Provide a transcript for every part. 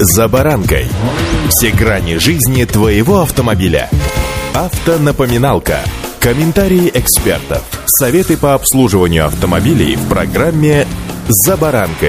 «За баранкой». Все грани жизни твоего автомобиля. Автонапоминалка. Комментарии экспертов. Советы по обслуживанию автомобилей в программе «За баранкой».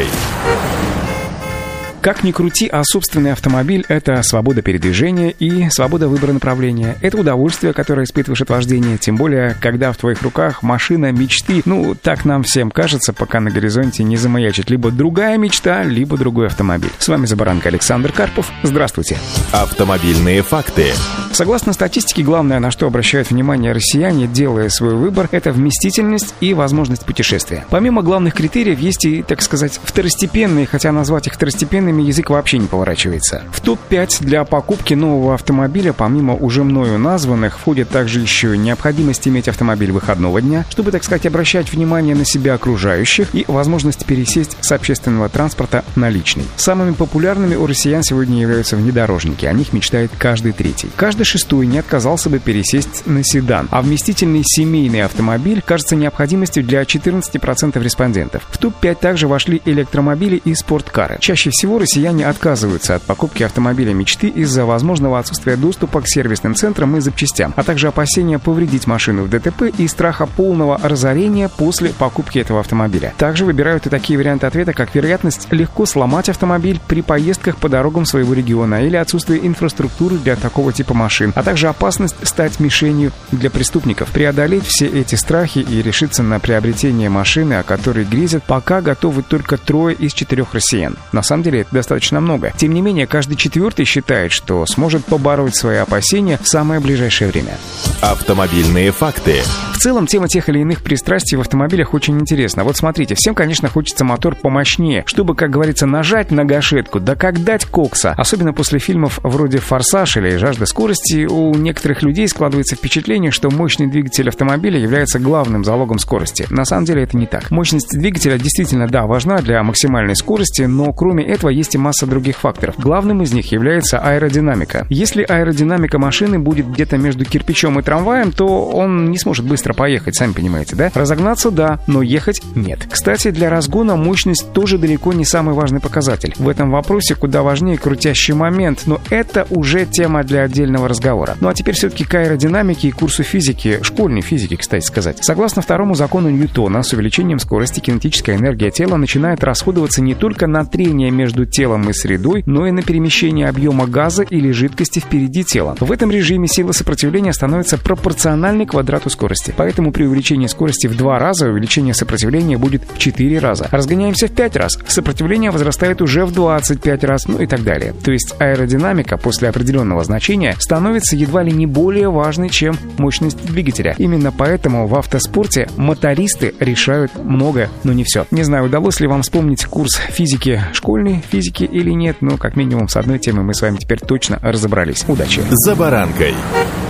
Как ни крути, а собственный автомобиль — это свобода передвижения и свобода выбора направления. Это удовольствие, которое испытываешь от вождения, тем более, когда в твоих руках машина мечты. Так нам всем кажется, пока на горизонте не замаячит либо другая мечта, либо другой автомобиль. С вами «За баранкой» Александр Карпов. Здравствуйте. Автомобильные факты. Согласно статистике, главное, на что обращают внимание россияне, делая свой выбор, это вместительность и возможность путешествия. Помимо главных критериев, есть и, так сказать, второстепенные, хотя назвать их второстепенными язык вообще не поворачивается. В топ-5 для покупки нового автомобиля, помимо уже мною названных, входит также еще необходимость иметь автомобиль выходного дня, чтобы, так сказать, обращать внимание на себя окружающих, и возможность пересесть с общественного транспорта на личный. Самыми популярными у россиян сегодня являются внедорожники. О них мечтает каждый третий. Каждый шестой не отказался бы пересесть на седан. А вместительный семейный автомобиль кажется необходимостью для 14% респондентов. В топ-5 также вошли электромобили и спорткары. Чаще всего россияне отказываются от покупки автомобиля мечты из-за возможного отсутствия доступа к сервисным центрам и запчастям, а также опасения повредить машину в ДТП и страха полного разорения после покупки этого автомобиля. Также выбирают и такие варианты ответа, как вероятность легко сломать автомобиль при поездках по дорогам своего региона или отсутствие инфраструктуры для такого типа машин, а также опасность стать мишенью для преступников. Преодолеть все эти страхи и решиться на приобретение машины, о которой грезят, пока готовы только 3 из 4 россиян. На самом деле это достаточно много. Тем не менее, каждый 4-й считает, что сможет побороть свои опасения в самое ближайшее время. Автомобильные факты. В целом, тема тех или иных пристрастий в автомобилях очень интересна. Вот смотрите, всем, конечно, хочется мотор помощнее, чтобы, как говорится, нажать на гашетку, да как дать кокса. Особенно после фильмов вроде «Форсаж» или «Жажда скорости», у некоторых людей складывается впечатление, что мощный двигатель автомобиля является главным залогом скорости. На самом деле это не так. Мощность двигателя действительно, да, важна для максимальной скорости, но кроме этого есть и масса других факторов. Главным из них является аэродинамика. Если аэродинамика машины будет где-то между кирпичом и трамваем, то он не сможет быстро поехать, сами понимаете, да? Разогнаться — да, но ехать — нет. Кстати, для разгона мощность тоже далеко не самый важный показатель. В этом вопросе куда важнее крутящий момент, но это уже тема для отдельного разговора. Ну а теперь все-таки к аэродинамике и курсу физики, школьной физики, кстати сказать. Согласно второму закону Ньютона, с увеличением скорости кинетическая энергия тела начинает расходоваться не только на трение между телом и средой, но и на перемещение объема газа или жидкости впереди тела. В этом режиме сила сопротивления становится пропорциональной квадрату скорости. Поэтому при увеличении скорости в 2 раза увеличение сопротивления будет в 4 раза. Разгоняемся в 5 раз, сопротивление возрастает уже в 25 раз, ну и так далее. То есть аэродинамика после определенного значения становится едва ли не более важной, чем мощность двигателя. Именно поэтому в автоспорте мотористы решают многое, но не все. Не знаю, удалось ли вам вспомнить курс физики, школьной физики или нет, но как минимум с одной темой мы с вами теперь точно разобрались. Удачи! «За баранкой».